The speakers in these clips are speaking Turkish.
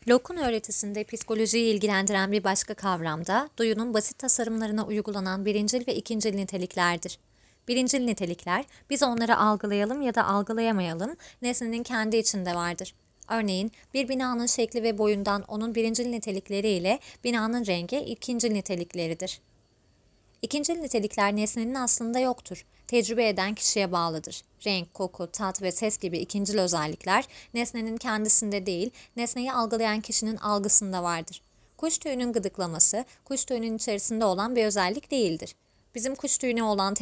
Locke'un öğretisinde psikolojiyi ilgilendiren bir başka kavram da duyunun basit tasarımlarına uygulanan birincil ve ikincil niteliklerdir. Birincil nitelikler, biz onları algılayalım ya da algılayamayalım, nesnenin kendi içinde vardır. Örneğin, bir binanın şekli ve boyundan onun birincil nitelikleri ile binanın rengi ikincil nitelikleridir. İkincil nitelikler nesnenin aslında yoktur. Tecrübe eden kişiye bağlıdır. Renk, koku, tat ve ses gibi ikincil özellikler nesnenin kendisinde değil, nesneyi algılayan kişinin algısında vardır. Kuş tüyünün gıdıklaması, kuş tüyünün içerisinde olan bir özellik değildir. Bizim kuş tüyüne olan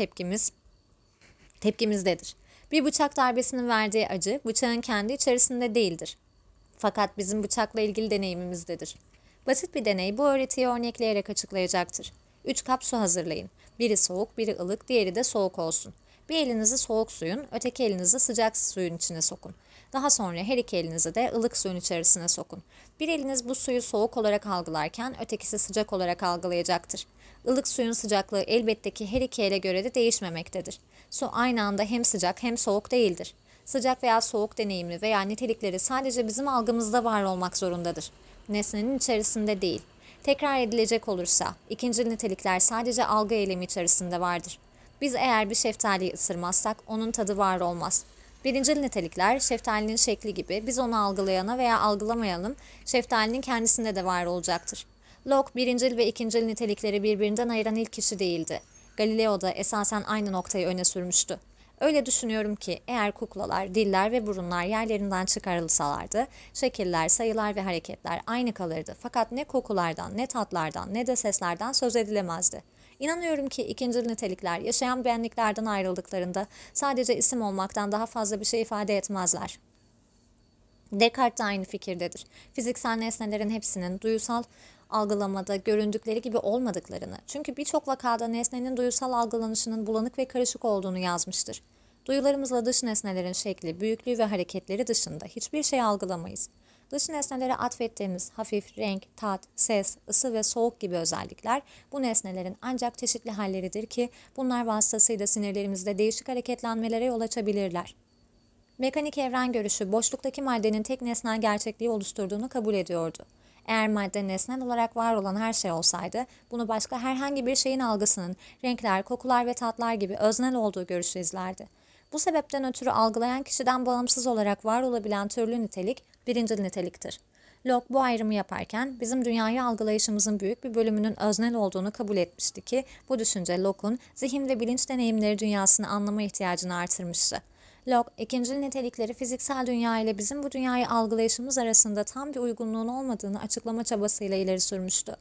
tepkimizdedir. Bir bıçak darbesinin verdiği acı, bıçağın kendi içerisinde değildir. Fakat bizim bıçakla ilgili deneyimimizdedir. Basit bir deney bu öğretiyi örnekleyerek açıklayacaktır. 3 kap su hazırlayın. Biri soğuk, biri ılık, diğeri de soğuk olsun. Bir elinizi soğuk suyun, öteki elinizi sıcak suyun içine sokun. Daha sonra her iki elinizi de ılık suyun içerisine sokun. Bir eliniz bu suyu soğuk olarak algılarken ötekisi sıcak olarak algılayacaktır. Ilık suyun sıcaklığı elbette ki her iki ele göre de değişmemektedir. Su aynı anda hem sıcak hem soğuk değildir. Sıcak veya soğuk deneyimi veya nitelikleri sadece bizim algımızda var olmak zorundadır. Nesnenin içerisinde değil. Tekrar edilecek olursa, ikincil nitelikler sadece algı eylemi içerisinde vardır. Biz eğer bir şeftaliyi ısırmazsak onun tadı var olmaz. Birincil nitelikler şeftalinin şekli gibi biz onu algılayana veya algılamayalım şeftalinin kendisinde de var olacaktır. Locke birincil ve ikincil nitelikleri birbirinden ayıran ilk kişi değildi. Galileo da esasen aynı noktayı öne sürmüştü. Öyle düşünüyorum ki eğer kuklalar, diller ve burunlar yerlerinden çıkarılsalardı, şekiller, sayılar ve hareketler aynı kalırdı. Fakat ne kokulardan, ne tatlardan, ne de seslerden söz edilemezdi. İnanıyorum ki ikincil nitelikler yaşayan benliklerden ayrıldıklarında sadece isim olmaktan daha fazla bir şey ifade etmezler. Descartes de aynı fikirdedir. Fiziksel nesnelerin hepsinin duyusal algılamada göründükleri gibi olmadıklarını, çünkü birçok vakada nesnenin duyusal algılanışının bulanık ve karışık olduğunu yazmıştır. Duyularımızla dış nesnelerin şekli, büyüklüğü ve hareketleri dışında hiçbir şey algılamayız. Dış nesnelere atfettiğimiz hafif renk, tat, ses, ısı ve soğuk gibi özellikler bu nesnelerin ancak çeşitli halleridir ki bunlar vasıtasıyla sinirlerimizde değişik hareketlenmelere yol açabilirler. Mekanik evren görüşü boşluktaki maddenin tek nesnel gerçekliği oluşturduğunu kabul ediyordu. Eğer madde nesnel olarak var olan her şey olsaydı, bunu başka herhangi bir şeyin algısının renkler, kokular ve tatlar gibi öznel olduğu görüşü izlerdi. Bu sebepten ötürü algılayan kişiden bağımsız olarak var olabilen türlü nitelik, birincil niteliktir. Locke bu ayrımı yaparken bizim dünyayı algılayışımızın büyük bir bölümünün öznel olduğunu kabul etmişti ki bu düşünce Locke'un zihin ve bilinç deneyimleri dünyasını anlama ihtiyacını artırmıştı. Locke, ikincil nitelikleri fiziksel dünya ile bizim bu dünyayı algılayışımız arasında tam bir uygunluğun olmadığını açıklama çabasıyla ileri sürmüştü.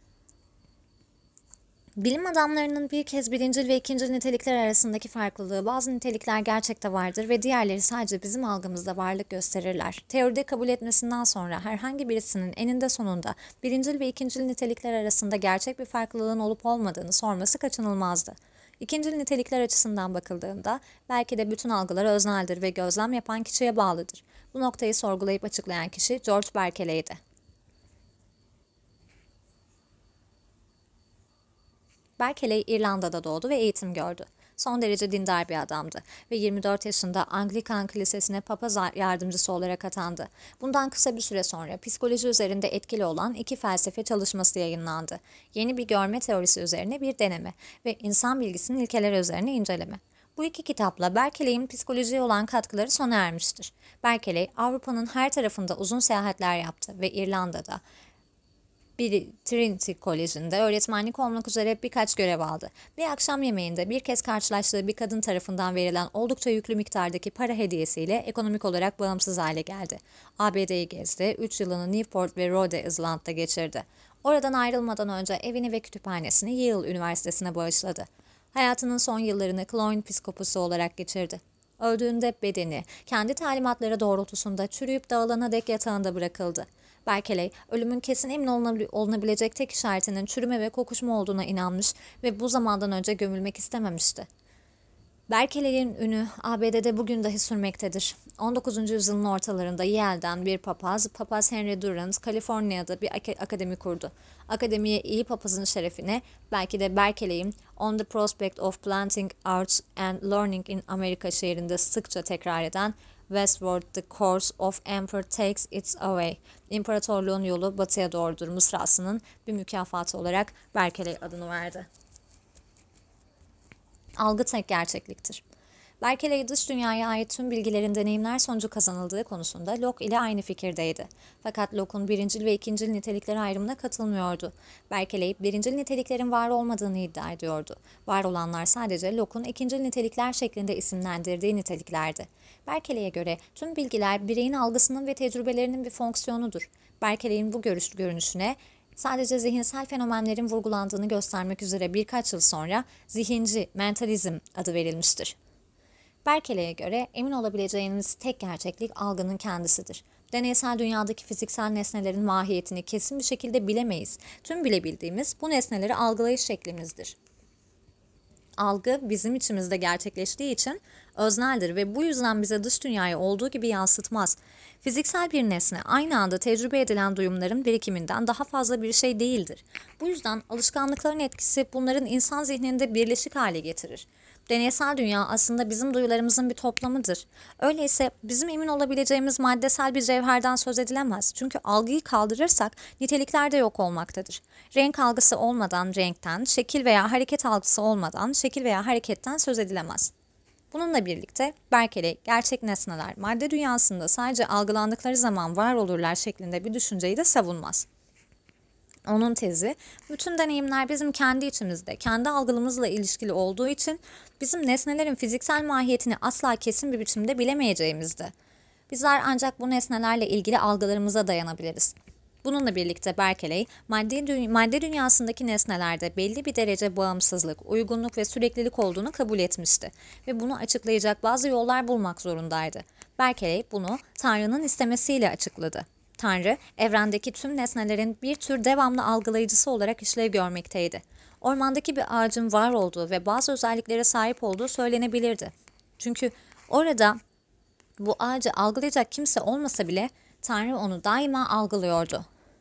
Bilim adamlarının bir kez birincil ve ikincil nitelikler arasındaki farklılığı, bazı nitelikler gerçekte vardır ve diğerleri sadece bizim algımızda varlık gösterirler. Teoride kabul etmesinden sonra herhangi birisinin eninde sonunda birincil ve ikincil nitelikler arasında gerçek bir farklılığın olup olmadığını sorması kaçınılmazdı. İkincil nitelikler açısından bakıldığında belki de bütün algılar özneldir ve gözlem yapan kişiye bağlıdır. Bu noktayı sorgulayıp açıklayan kişi George Berkeley'di. Berkeley İrlanda'da doğdu ve eğitim gördü. Son derece dindar bir adamdı ve 24 yaşında Anglikan Kilisesi'ne papaz yardımcısı olarak atandı. Bundan kısa bir süre sonra psikoloji üzerinde etkili olan 2 felsefe çalışması yayınlandı. Yeni bir görme teorisi üzerine bir deneme ve insan bilgisinin ilkeleri üzerine inceleme. Bu 2 kitapla Berkeley'in psikolojiye olan katkıları sona ermiştir. Berkeley, Avrupa'nın her tarafında uzun seyahatler yaptı ve İrlanda'da, biri Trinity Koleji'nde öğretmenlik olmak üzere birkaç görev aldı. Bir akşam yemeğinde bir kez karşılaştığı bir kadın tarafından verilen oldukça yüklü miktardaki para hediyesiyle ekonomik olarak bağımsız hale geldi. ABD'yi gezdi, 3 yılını Newport ve Rhode Island'da geçirdi. Oradan ayrılmadan önce evini ve kütüphanesini Yale Üniversitesi'ne bağışladı. Hayatının son yıllarını Cloyne Piskoposu olarak geçirdi. Öldüğünde bedeni, kendi talimatları doğrultusunda çürüyüp dağılana dek yatağında bırakıldı. Berkeley, ölümün kesin emin olunabilecek tek işaretinin çürüme ve kokuşma olduğuna inanmış ve bu zamandan önce gömülmek istememişti. Berkeley'in ünü ABD'de bugün dahi sürmektedir. 19. yüzyılın ortalarında Yale'den bir papaz Henry Durant, Kaliforniya'da bir akademi kurdu. Akademiye iyi papazın şerefine belki de Berkeley'in On the Prospect of Planting Arts and Learning in America şehrinde sıkça tekrar eden Westward the course of emperor takes its away. İmparatorluğun yolu batıya doğrudur mısrasının bir mükafatı olarak Berkeley adını verdi. Algı tek gerçekliktir. Berkeley dış dünyaya ait tüm bilgilerin deneyimler sonucu kazanıldığı konusunda Locke ile aynı fikirdeydi. Fakat Locke'un birincil ve ikincil nitelikler ayrımına katılmıyordu. Berkeley birincil niteliklerin var olmadığını iddia ediyordu. Var olanlar sadece Locke'un ikincil nitelikler şeklinde isimlendirdiği niteliklerdi. Berkeley'e göre tüm bilgiler bireyin algısının ve tecrübelerinin bir fonksiyonudur. Berkeley'in bu görünüşüne sadece zihinsel fenomenlerin vurgulandığını göstermek üzere birkaç yıl sonra zihinci mentalizm adı verilmiştir. Berkeley'e göre emin olabileceğiniz tek gerçeklik algının kendisidir. Deneysel dünyadaki fiziksel nesnelerin mahiyetini kesin bir şekilde bilemeyiz. Tüm bilebildiğimiz bu nesneleri algılayış şeklimizdir. Algı bizim içimizde gerçekleştiği için özneldir ve bu yüzden bize dış dünyayı olduğu gibi yansıtmaz. Fiziksel bir nesne aynı anda tecrübe edilen duyumların birikiminden daha fazla bir şey değildir. Bu yüzden alışkanlıkların etkisi bunların insan zihninde birleşik hale getirir. Deneysel dünya aslında bizim duyularımızın bir toplamıdır. Öyleyse bizim emin olabileceğimiz maddesel bir cevherden söz edilemez. Çünkü algıyı kaldırırsak nitelikler de yok olmaktadır. Renk algısı olmadan renkten, şekil veya hareket algısı olmadan şekil veya hareketten söz edilemez. Bununla birlikte Berkeley, gerçek nesneler madde dünyasında sadece algılandıkları zaman var olurlar şeklinde bir düşünceyi de savunmaz. Onun tezi, bütün deneyimler bizim kendi içimizde, kendi algımızla ilişkili olduğu için bizim nesnelerin fiziksel mahiyetini asla kesin bir biçimde bilemeyeceğimizdi. Bizler ancak bu nesnelerle ilgili algılarımıza dayanabiliriz. Bununla birlikte Berkeley, madde dünyasındaki nesnelerde belli bir derece bağımsızlık, uygunluk ve süreklilik olduğunu kabul etmişti ve bunu açıklayacak bazı yollar bulmak zorundaydı. Berkeley bunu Tanrı'nın istemesiyle açıkladı. Tanrı, evrendeki tüm nesnelerin bir tür devamlı algılayıcısı olarak işlev görmekteydi. Ormandaki bir ağacın var olduğu ve bazı özelliklere sahip olduğu söylenebilirdi. Çünkü orada bu ağacı algılayacak kimse olmasa bile Tanrı onu daima algılıyordu.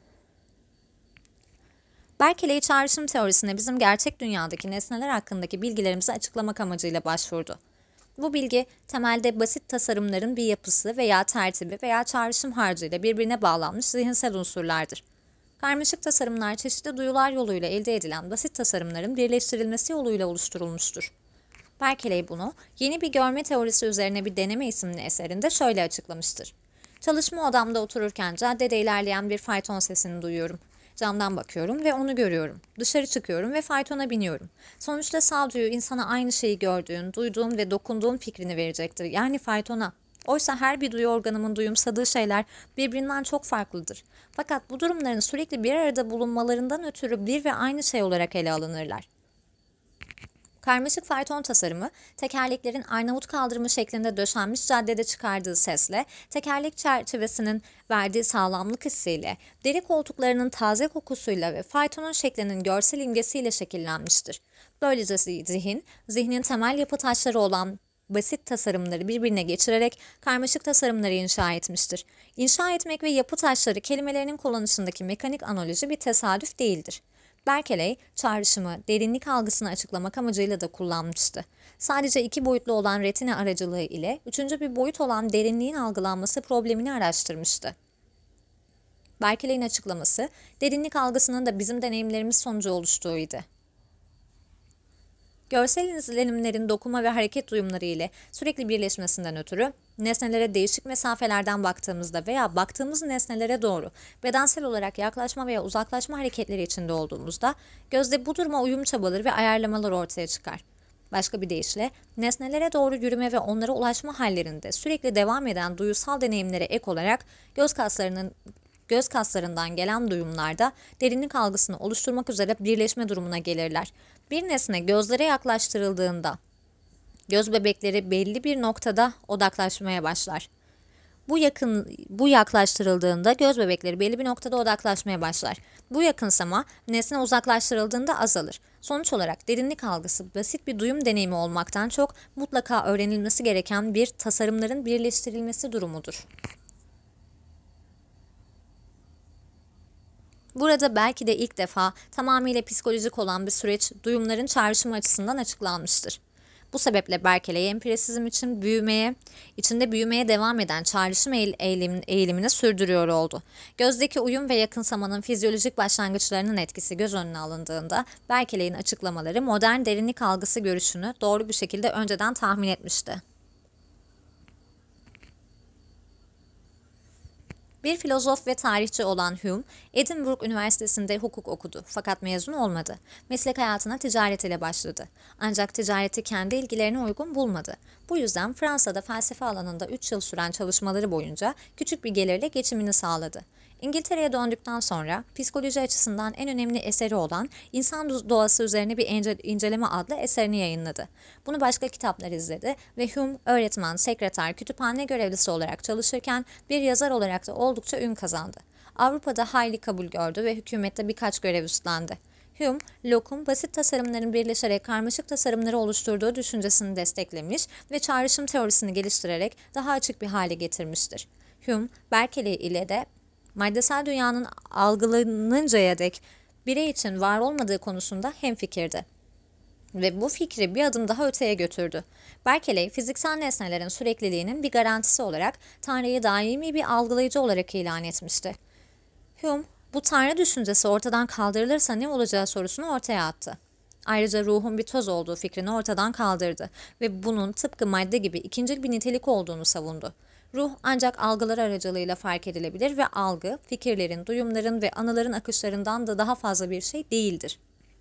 Berkeley çağrışım teorisine bizim gerçek dünyadaki nesneler hakkındaki bilgilerimizi açıklamak amacıyla başvurdu. Bu bilgi temelde basit tasarımların bir yapısı veya tertibi veya çağrışım harcıyla birbirine bağlanmış zihinsel unsurlardır. Karmaşık tasarımlar çeşitli duyular yoluyla elde edilen basit tasarımların birleştirilmesi yoluyla oluşturulmuştur. Berkeley bunu yeni bir görme teorisi üzerine bir deneme isimli eserinde şöyle açıklamıştır. Çalışma odamda otururken caddede ilerleyen bir fayton sesini duyuyorum. Camdan bakıyorum ve onu görüyorum. Dışarı çıkıyorum ve faytona biniyorum. Sonuçta sağduyu insana aynı şeyi gördüğün, duyduğun ve dokunduğun fikrini verecektir. Yani faytona. Oysa her bir duyu organımın duyumsadığı şeyler birbirinden çok farklıdır. Fakat bu durumların sürekli bir arada bulunmalarından ötürü bir ve aynı şey olarak ele alınırlar. Karmaşık fayton tasarımı, tekerleklerin Arnavut kaldırımı şeklinde döşenmiş caddede çıkardığı sesle, tekerlek çerçevesinin verdiği sağlamlık hissiyle, deri koltuklarının taze kokusuyla ve faytonun şeklinin görsel imgesiyle şekillenmiştir. Böylece zihnin temel yapı taşları olan basit tasarımları birbirine geçirerek karmaşık tasarımları inşa etmiştir. İnşa etmek ve yapı taşları kelimelerinin kullanışındaki mekanik analoji bir tesadüf değildir. Berkeley, çağrışımı, derinlik algısını açıklamak amacıyla da kullanmıştı. Sadece iki boyutlu olan retina aracılığı ile üçüncü bir boyut olan derinliğin algılanması problemini araştırmıştı. Berkeley'in açıklaması, derinlik algısının da bizim deneyimlerimiz sonucu oluştuğuydu. Görsel izlenimlerin dokuma ve hareket duyumları ile sürekli birleşmesinden ötürü nesnelere değişik mesafelerden baktığımızda veya baktığımız nesnelere doğru bedensel olarak yaklaşma veya uzaklaşma hareketleri içinde olduğumuzda gözde bu duruma uyum çabaları ve ayarlamalar ortaya çıkar. Başka bir deyişle nesnelere doğru yürüme ve onlara ulaşma hallerinde sürekli devam eden duyusal deneyimlere ek olarak göz kaslarından gelen duyumlarda derinlik algısını oluşturmak üzere birleşme durumuna gelirler. Bir nesne gözlere yaklaştırıldığında göz bebekleri belli bir noktada odaklaşmaya başlar. Bu yaklaştırıldığında göz bebekleri belli bir noktada odaklaşmaya başlar. Bu yakınsama nesne uzaklaştırıldığında azalır. Sonuç olarak derinlik algısı basit bir duyum deneyimi olmaktan çok mutlaka öğrenilmesi gereken bir tasarımların birleştirilmesi durumudur. Burada belki de ilk defa tamamıyla psikolojik olan bir süreç duyumların çağrışımı açısından açıklanmıştır. Bu sebeple Berkeley empirisizm içinde büyümeye devam eden çağrışım eğilimini sürdürüyor oldu. Gözdeki uyum ve yakınsamanın fizyolojik başlangıçlarının etkisi göz önüne alındığında Berkeley'in açıklamaları modern derinlik algısı görüşünü doğru bir şekilde önceden tahmin etmişti. Bir filozof ve tarihçi olan Hume, Edinburgh Üniversitesi'nde hukuk okudu fakat mezun olmadı. Meslek hayatına ticaret ile başladı. Ancak ticareti kendi ilgilerine uygun bulmadı. Bu yüzden Fransa'da felsefe alanında 3 yıl süren çalışmaları boyunca küçük bir gelirle geçimini sağladı. İngiltere'ye döndükten sonra psikoloji açısından en önemli eseri olan İnsan Doğası Üzerine bir İnceleme adlı eserini yayınladı. Bunu başka kitaplar izledi ve Hume öğretmen, sekreter, kütüphane görevlisi olarak çalışırken bir yazar olarak da oldukça ün kazandı. Avrupa'da hayli kabul gördü ve hükümette birkaç görev üstlendi. Hume, Locke'un basit tasarımların birleşerek karmaşık tasarımları oluşturduğu düşüncesini desteklemiş ve çağrışım teorisini geliştirerek daha açık bir hale getirmiştir. Hume, Berkeley ile de maddesel dünyanın algılanıncaya dek birey için var olmadığı konusunda hemfikirdi. Ve bu fikri bir adım daha öteye götürdü. Berkeley, fiziksel nesnelerin sürekliliğinin bir garantisi olarak Tanrı'yı daimi bir algılayıcı olarak ilan etmişti. Hume, bu Tanrı düşüncesi ortadan kaldırılırsa ne olacağı sorusunu ortaya attı. Ayrıca ruhun bir toz olduğu fikrini ortadan kaldırdı ve bunun tıpkı madde gibi ikincil bir nitelik olduğunu savundu. Ruh ancak algılar aracılığıyla fark edilebilir ve algı, fikirlerin, duyumların ve anıların akışlarından da daha fazla bir şey değildir.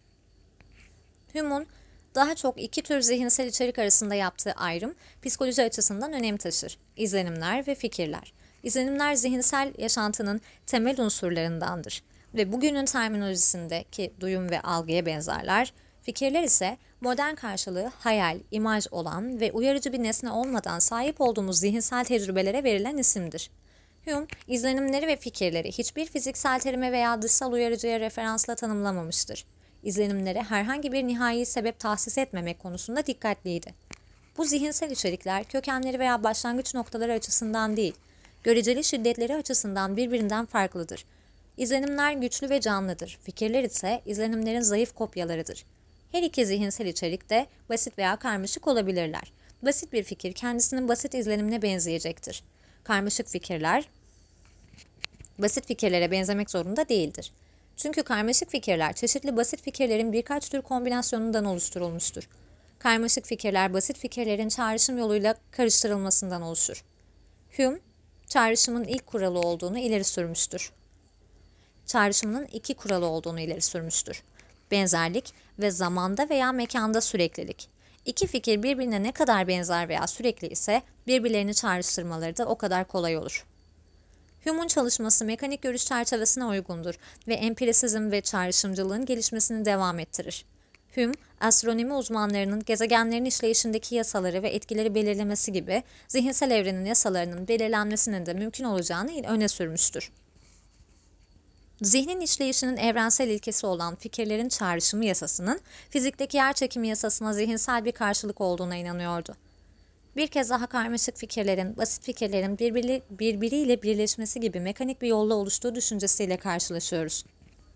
Hume'un daha çok iki tür zihinsel içerik arasında yaptığı ayrım, psikoloji açısından önem taşır. İzlenimler ve fikirler. İzlenimler zihinsel yaşantının temel unsurlarındandır ve bugünün terminolojisindeki duyum ve algıya benzerler. Fikirler ise modern karşılığı hayal, imaj olan ve uyarıcı bir nesne olmadan sahip olduğumuz zihinsel tecrübelere verilen isimdir. Hume, izlenimleri ve fikirleri hiçbir fiziksel terime veya dışsal uyarıcıya referansla tanımlamamıştır. İzlenimlere herhangi bir nihai sebep tahsis etmemek konusunda dikkatliydi. Bu zihinsel içerikler kökenleri veya başlangıç noktaları açısından değil, göreceli şiddetleri açısından birbirinden farklıdır. İzlenimler güçlü ve canlıdır, fikirler ise izlenimlerin zayıf kopyalarıdır. Her iki zihinsel içerik de basit veya karmaşık olabilirler. Basit bir fikir kendisinin basit izlenimine benzeyecektir. Karmaşık fikirler basit fikirlere benzemek zorunda değildir. Çünkü karmaşık fikirler çeşitli basit fikirlerin birkaç tür kombinasyonundan oluşturulmuştur. Karmaşık fikirler basit fikirlerin çağrışım yoluyla karıştırılmasından oluşur. Hume, çağrışımın ilk kuralı olduğunu ileri sürmüştür. Çağrışımının iki kuralı olduğunu ileri sürmüştür. Benzerlik ve zamanda veya mekanda süreklilik. İki fikir birbirine ne kadar benzer veya sürekli ise birbirlerini çağrıştırmaları da o kadar kolay olur. Hume'un çalışması mekanik görüş çerçevesine uygundur ve empirisizm ve çağrışımcılığın gelişmesini devam ettirir. Hume, astronomi uzmanlarının gezegenlerin işleyişindeki yasaları ve etkileri belirlemesi gibi zihinsel evrenin yasalarının belirlenmesinin de mümkün olacağını öne sürmüştür. Zihnin işleyişinin evrensel ilkesi olan fikirlerin çağrışımı yasasının fizikteki yerçekimi yasasına zihinsel bir karşılık olduğuna inanıyordu. Bir kez daha karmaşık fikirlerin, basit fikirlerin birbiriyle birleşmesi gibi mekanik bir yolla oluştuğu düşüncesiyle karşılaşıyoruz.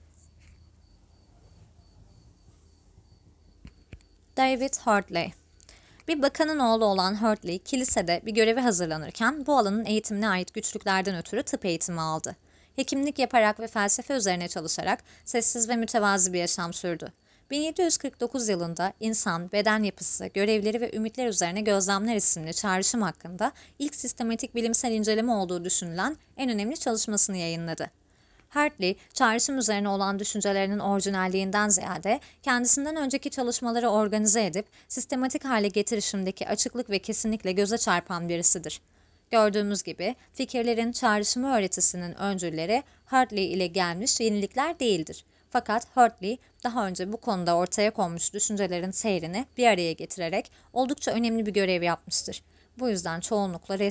David Hartley. Bir bakanın oğlu olan Hartley, kilisede bir göreve hazırlanırken bu alanın eğitimine ait güçlüklerden ötürü tıp eğitimi aldı. Hekimlik yaparak ve felsefe üzerine çalışarak sessiz ve mütevazi bir yaşam sürdü. 1749 yılında İnsan, Beden Yapısı, Görevleri ve Ümitler Üzerine Gözlemler isimli çağrışım hakkında ilk sistematik bilimsel inceleme olduğu düşünülen en önemli çalışmasını yayınladı. Hartley, çağrışım üzerine olan düşüncelerinin orijinalliğinden ziyade kendisinden önceki çalışmaları organize edip sistematik hale getirişindeki açıklık ve kesinlikle göze çarpan birisidir. Gördüğümüz gibi fikirlerin çağrışımı öğretisinin öncülleri Hartley ile gelmiş yenilikler değildir. Fakat Hartley daha önce bu konuda ortaya konmuş düşüncelerin seyrini bir araya getirerek oldukça önemli bir görev yapmıştır. Bu yüzden çoğunlukla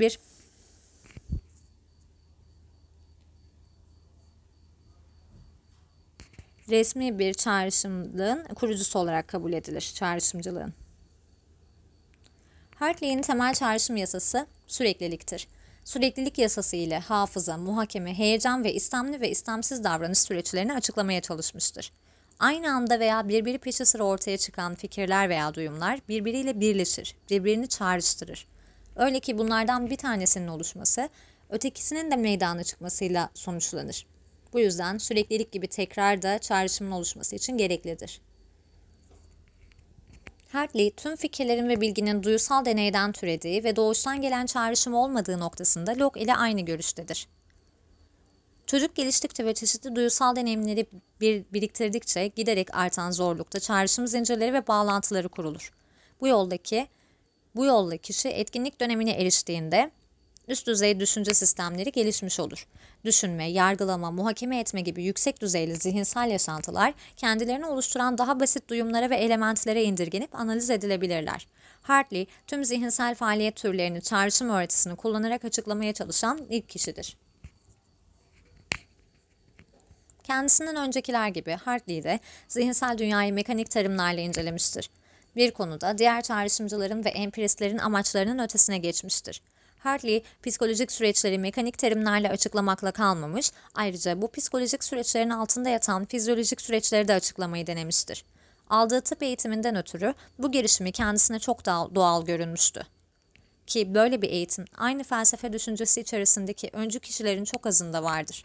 resmi bir çağrışımcılığın kurucusu olarak kabul edilir çağrışımcılığın. Hartley'in temel çağrışım yasası sürekliliktir. Süreklilik yasası ile hafıza, muhakeme, heyecan ve istemli ve istemsiz davranış süreçlerini açıklamaya çalışmıştır. Aynı anda veya birbiri peşi sıra ortaya çıkan fikirler veya duyumlar birbiriyle birleşir, birbirini çağrıştırır. Öyle ki bunlardan bir tanesinin oluşması, ötekisinin de meydana çıkmasıyla sonuçlanır. Bu yüzden süreklilik gibi tekrar da çağrışımın oluşması için gereklidir. Hartley, tüm fikirlerin ve bilginin duyusal deneyden türediği ve doğuştan gelen çağrışım olmadığı noktasında Locke ile aynı görüştedir. Çocuk geliştikçe ve çeşitli duyusal deneyimleri biriktirdikçe giderek artan zorlukta çağrışım zincirleri ve bağlantıları kurulur. Bu yolda kişi etkinlik dönemine eriştiğinde üst düzey düşünce sistemleri gelişmiş olur. Düşünme, yargılama, muhakeme etme gibi yüksek düzeyli zihinsel yaşantılar kendilerini oluşturan daha basit duyumlara ve elementlere indirgenip analiz edilebilirler. Hartley, tüm zihinsel faaliyet türlerini çağrışım öğretisini kullanarak açıklamaya çalışan ilk kişidir. Kendisinden öncekiler gibi Hartley de zihinsel dünyayı mekanik terimlerle incelemiştir. Bir konuda diğer çağrışımcıların ve empiristlerin amaçlarının ötesine geçmiştir. Hartley, psikolojik süreçleri mekanik terimlerle açıklamakla kalmamış, ayrıca bu psikolojik süreçlerin altında yatan fizyolojik süreçleri de açıklamayı denemiştir. Aldığı tıp eğitiminden ötürü bu girişimi kendisine çok doğal görünmüştü. Ki böyle bir eğitim aynı felsefe düşüncesi içerisindeki öncü kişilerin çok azında vardır.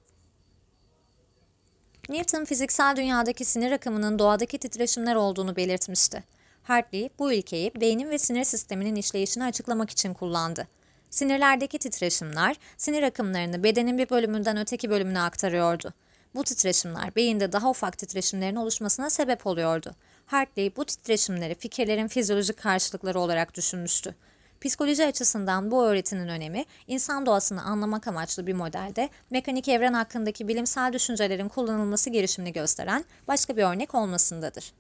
Newton fiziksel dünyadaki sinir akımının doğadaki titreşimler olduğunu belirtmişti. Hartley bu ilkeyi beynin ve sinir sisteminin işleyişini açıklamak için kullandı. Sinirlerdeki titreşimler, sinir akımlarını bedenin bir bölümünden öteki bölümüne aktarıyordu. Bu titreşimler beyinde daha ufak titreşimlerin oluşmasına sebep oluyordu. Hartley bu titreşimleri fikirlerin fizyolojik karşılıkları olarak düşünmüştü. Psikoloji açısından bu öğretinin önemi, insan doğasını anlamak amaçlı bir modelde mekanik evren hakkındaki bilimsel düşüncelerin kullanılması girişimini gösteren başka bir örnek olmasındadır.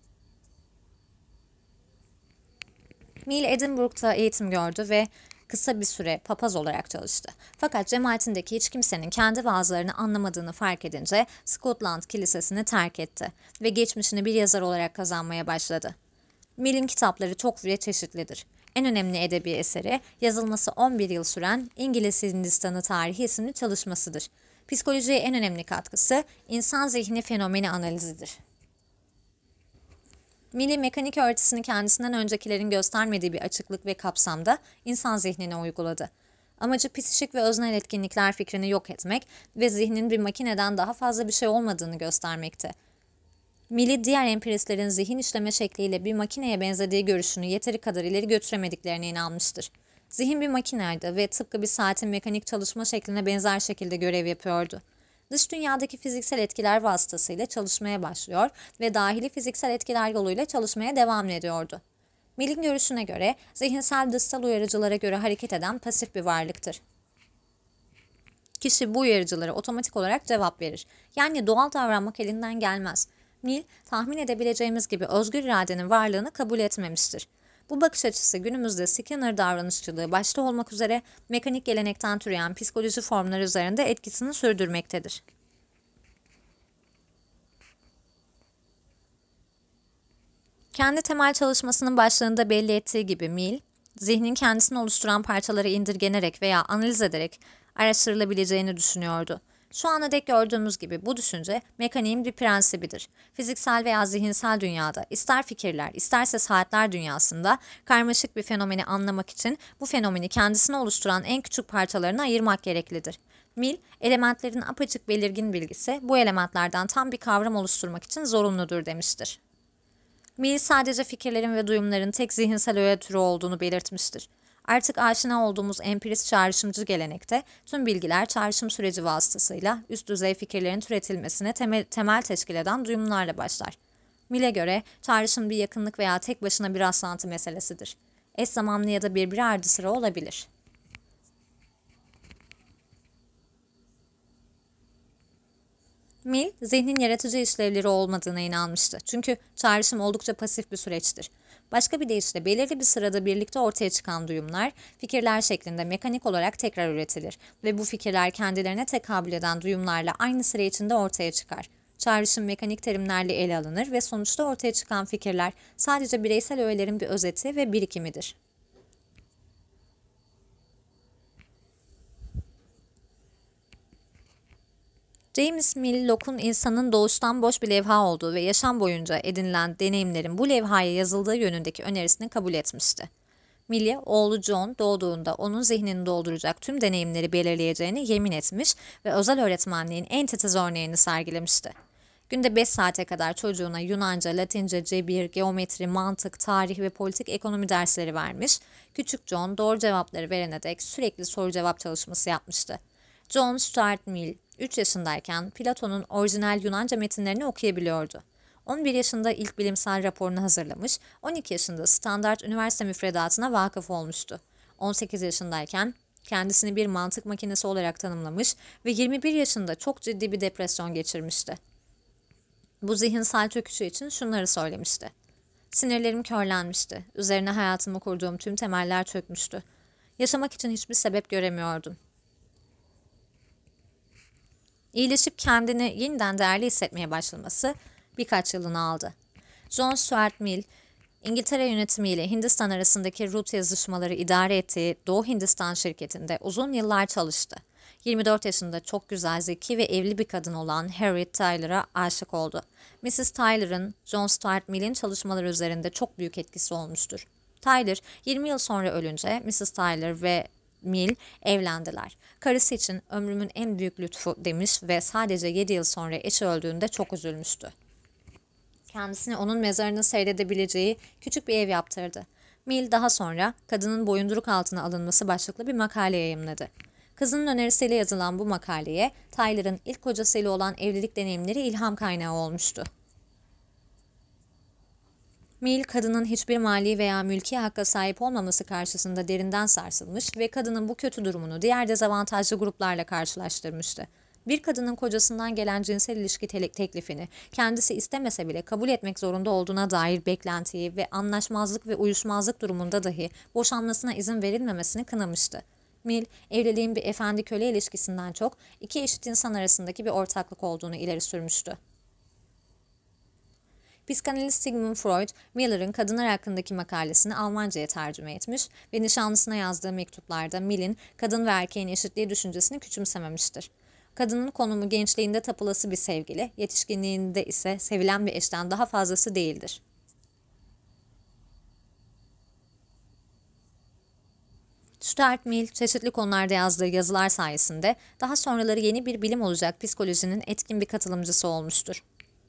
Mill Edinburgh'da eğitim gördü ve kısa bir süre papaz olarak çalıştı. Fakat cemaatindeki hiç kimsenin kendi vaazlarını anlamadığını fark edince Scotland Kilisesi'ni terk etti ve geçmişini bir yazar olarak kazanmaya başladı. Mill'in kitapları çok ve çeşitlidir. En önemli edebi eseri, yazılması 11 yıl süren İngiliz Hindistanı Tarihi isimli çalışmasıdır. Psikolojiye en önemli katkısı, insan zihni fenomeni analizidir. Mill'in mekanik öğretisini kendisinden öncekilerin göstermediği bir açıklık ve kapsamda insan zihnine uyguladı. Amacı psişik ve öznel etkinlikler fikrini yok etmek ve zihnin bir makineden daha fazla bir şey olmadığını göstermekti. Mill'i diğer empiristlerin zihin işleme şekliyle bir makineye benzediği görüşünü yeteri kadar ileri götüremediklerine inanmıştır. Zihin bir makineydi ve tıpkı bir saatin mekanik çalışma şekline benzer şekilde görev yapıyordu. Dış dünyadaki fiziksel etkiler vasıtasıyla çalışmaya başlıyor ve dahili fiziksel etkiler yoluyla çalışmaya devam ediyordu. Mill'in görüşüne göre zihinsel dışsal uyarıcılara göre hareket eden pasif bir varlıktır. Kişi bu uyarıcılara otomatik olarak cevap verir. Yani doğal davranmak elinden gelmez. Mill, tahmin edebileceğimiz gibi özgür iradenin varlığını kabul etmemiştir. Bu bakış açısı günümüzde Skinner davranışçılığı başta olmak üzere mekanik gelenekten türeyen psikoloji formları üzerinde etkisini sürdürmektedir. Kendi temel çalışmasının başlığında belli ettiği gibi Mill, zihnin kendisini oluşturan parçalara indirgenerek veya analiz ederek araştırılabileceğini düşünüyordu. Şu ana dek gördüğümüz gibi bu düşünce mekaniğin bir prensibidir. Fiziksel veya zihinsel dünyada ister fikirler isterse saatler dünyasında karmaşık bir fenomeni anlamak için bu fenomeni kendisini oluşturan en küçük parçalarına ayırmak gereklidir. Mill, elementlerin apaçık belirgin bilgisi bu elementlerden tam bir kavram oluşturmak için zorunludur demiştir. Mill sadece fikirlerin ve duyumların tek zihinsel öğe türü olduğunu belirtmiştir. Artık aşina olduğumuz empirist çağrışımcı gelenekte tüm bilgiler çağrışım süreci vasıtasıyla üst düzey fikirlerin türetilmesine temel teşkil eden duyumlarla başlar. Mill'e göre çağrışım bir yakınlık veya tek başına bir rastlantı meselesidir. Eş zamanlı ya da birbiri ardı sıra olabilir. Mill, zihnin yaratıcı işlevleri olmadığına inanmıştı. Çünkü çağrışım oldukça pasif bir süreçtir. Başka bir deyişle belirli bir sırada birlikte ortaya çıkan duyumlar, fikirler şeklinde mekanik olarak tekrar üretilir ve bu fikirler kendilerine tekabül eden duyumlarla aynı süre içinde ortaya çıkar. Çağrışım mekanik terimlerle ele alınır ve sonuçta ortaya çıkan fikirler sadece bireysel öğelerin bir özeti ve birikimidir. James Mill, Locke'un insanın doğuştan boş bir levha olduğu ve yaşam boyunca edinilen deneyimlerin bu levhaya yazıldığı yönündeki önerisini kabul etmişti. Mill'e oğlu John doğduğunda onun zihnini dolduracak tüm deneyimleri belirleyeceğini yemin etmiş ve özel öğretmenliğin en titiz örneğini sergilemişti. Günde 5 saate kadar çocuğuna Yunanca, Latince, cebir, geometri, mantık, tarih ve politik ekonomi dersleri vermiş, küçük John doğru cevapları verene dek sürekli soru cevap çalışması yapmıştı. John Stuart Mill, 3 yaşındayken Platon'un orijinal Yunanca metinlerini okuyabiliyordu. 11 yaşında ilk bilimsel raporunu hazırlamış, 12 yaşında standart üniversite müfredatına vakıf olmuştu. 18 yaşındayken kendisini bir mantık makinesi olarak tanımlamış ve 21 yaşında çok ciddi bir depresyon geçirmişti. Bu zihinsel çöküşü için şunları söylemişti. Sinirlerim körlenmişti. Üzerine hayatımı kurduğum tüm temeller çökmüştü. Yaşamak için hiçbir sebep göremiyordum. İyileşip kendini yeniden değerli hissetmeye başlaması birkaç yılını aldı. John Stuart Mill, İngiltere yönetimiyle Hindistan arasındaki rut yazışmaları idare ettiği Doğu Hindistan şirketinde uzun yıllar çalıştı. 24 yaşında çok güzel, zeki ve evli bir kadın olan Harriet Tyler'a aşık oldu. Mrs. Tyler'ın John Stuart Mill'in çalışmaları üzerinde çok büyük etkisi olmuştur. Tyler 20 yıl sonra ölünce Mrs. Tyler ve Mill evlendiler. Karısı için ömrümün en büyük lütfu demiş ve sadece 7 yıl sonra eşi öldüğünde çok üzülmüştü. Kendisine onun mezarını seyredebileceği küçük bir ev yaptırdı. Mill daha sonra kadının boyunduruk altına alınması başlıklı bir makale yayımladı. Kızının önerisiyle yazılan bu makaleye Tyler'ın ilk kocasıyla olan evlilik deneyimleri ilham kaynağı olmuştu. Mill, kadının hiçbir mali veya mülki hakka sahip olmaması karşısında derinden sarsılmış ve kadının bu kötü durumunu diğer dezavantajlı gruplarla karşılaştırmıştı. Bir kadının kocasından gelen cinsel ilişki teklifini kendisi istemese bile kabul etmek zorunda olduğuna dair beklentiyi ve anlaşmazlık ve uyuşmazlık durumunda dahi boşanmasına izin verilmemesini kınamıştı. Mill, evliliğin bir efendi-köle ilişkisinden çok iki eşit insan arasındaki bir ortaklık olduğunu ileri sürmüştü. Psikanalist Sigmund Freud, Miller'ın kadınlar hakkındaki makalesini Almanca'ya tercüme etmiş ve nişanlısına yazdığı mektuplarda Mill'in kadın ve erkeğin eşitliği düşüncesini küçümsememiştir. Kadının konumu gençliğinde tapılası bir sevgili, yetişkinliğinde ise sevilen bir eşten daha fazlası değildir. Stuart Mill, çeşitli konularda yazdığı yazılar sayesinde daha sonraları yeni bir bilim olacak psikolojinin etkin bir katılımcısı olmuştur.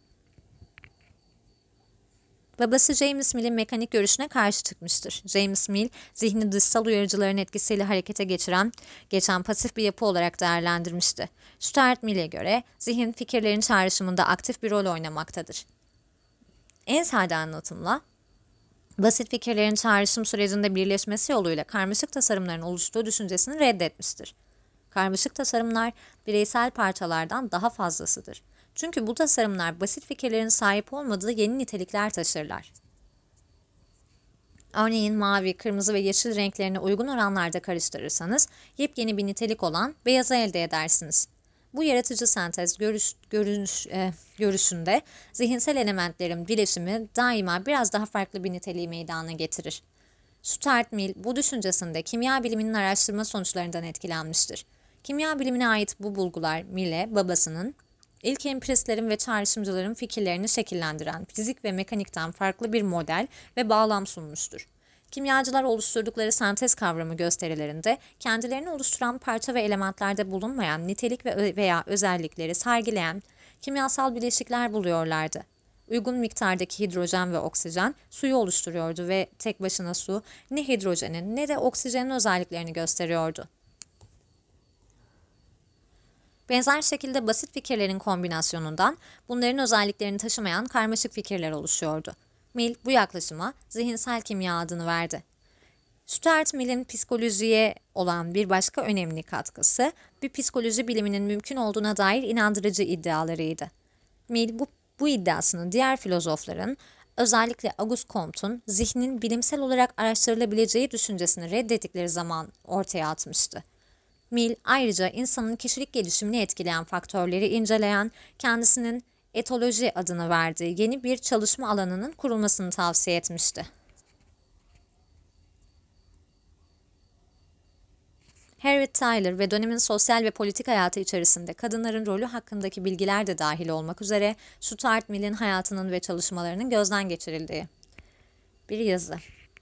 Babası James Mill'in mekanik görüşüne karşı çıkmıştır. James Mill, zihni dışsal uyarıcıların etkisiyle harekete geçen pasif bir yapı olarak değerlendirmişti. Stuart Mill'e göre zihin fikirlerin çağrışımında aktif bir rol oynamaktadır. En sade anlatımla, basit fikirlerin çağrışım sürecinde birleşmesi yoluyla karmaşık tasarımların oluştuğu düşüncesini reddetmiştir. Karmaşık tasarımlar bireysel parçalardan daha fazlasıdır. Çünkü bu tasarımlar basit fikirlerin sahip olmadığı yeni nitelikler taşırlar. Örneğin mavi, kırmızı ve yeşil renklerini uygun oranlarda karıştırırsanız yepyeni bir nitelik olan beyazı elde edersiniz. Bu yaratıcı sentez görüşünde zihinsel elementlerin bileşimi daima biraz daha farklı bir niteliği meydana getirir. Stuart Mill bu düşüncesinde kimya biliminin araştırma sonuçlarından etkilenmiştir. Kimya bilimine ait bu bulgular Mill'e babasının İlk empiristlerin ve çağrışımcıların fikirlerini şekillendiren fizik ve mekanikten farklı bir model ve bağlam sunmuştur. Kimyacılar oluşturdukları sentez kavramı gösterilerinde kendilerini oluşturan parça ve elementlerde bulunmayan nitelik veya özellikleri sergileyen kimyasal bileşikler buluyorlardı. Uygun miktardaki hidrojen ve oksijen suyu oluşturuyordu ve tek başına su ne hidrojenin ne de oksijenin özelliklerini gösteriyordu. Benzer şekilde basit fikirlerin kombinasyonundan bunların özelliklerini taşımayan karmaşık fikirler oluşuyordu. Mill bu yaklaşıma zihinsel kimya adını verdi. Stuart Mill'in psikolojiye olan bir başka önemli katkısı, bir psikoloji biliminin mümkün olduğuna dair inandırıcı iddialarıydı. Mill bu iddiasını diğer filozofların, özellikle Auguste Comte'un zihnin bilimsel olarak araştırılabileceği düşüncesini reddettikleri zaman ortaya atmıştı. Mill ayrıca insanın kişilik gelişimini etkileyen faktörleri inceleyen, kendisinin etoloji adını verdiği yeni bir çalışma alanının kurulmasını tavsiye etmişti. Harriet Tyler ve dönemin sosyal ve politik hayatı içerisinde kadınların rolü hakkındaki bilgiler de dahil olmak üzere Stuart Mill'in hayatının ve çalışmalarının gözden geçirildiği bir yazı.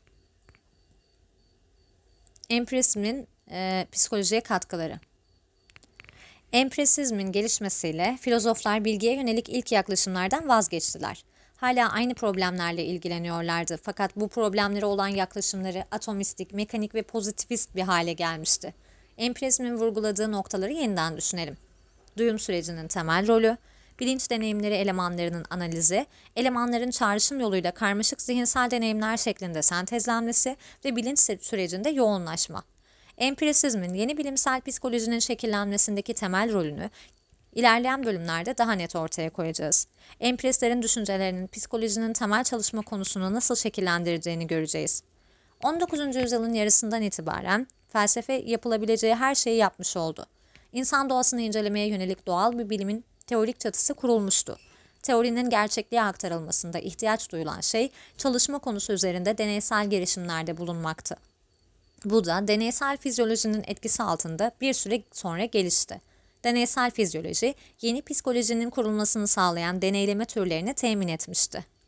Empirizmin psikolojiye katkıları. Empirisizmin gelişmesiyle filozoflar bilgiye yönelik ilk yaklaşımlardan vazgeçtiler. Hala aynı problemlerle ilgileniyorlardı fakat bu problemlere olan yaklaşımları atomistik, mekanik ve pozitivist bir hale gelmişti. Empirizmin vurguladığı noktaları yeniden düşünelim. Duyum sürecinin temel rolü, bilinç deneyimleri elemanlarının analizi, elemanların çağrışım yoluyla karmaşık zihinsel deneyimler şeklinde sentezlenmesi ve bilinç sürecinde yoğunlaşma. Empirisizmin yeni bilimsel psikolojinin şekillenmesindeki temel rolünü ilerleyen bölümlerde daha net ortaya koyacağız. Empiristlerin düşüncelerinin psikolojinin temel çalışma konusunu nasıl şekillendireceğini göreceğiz. 19. yüzyılın yarısından itibaren felsefe yapılabileceği her şeyi yapmış oldu. İnsan doğasını incelemeye yönelik doğal bir bilimin teorik çatısı kurulmuştu. Teorinin gerçekliğe aktarılmasında ihtiyaç duyulan şey çalışma konusu üzerinde deneysel girişimlerde bulunmaktı. Bu da deneysel fizyolojinin etkisi altında bir süre sonra gelişti. Deneysel fizyoloji, yeni psikolojinin kurulmasını sağlayan deneyleme türlerini temin etmişti.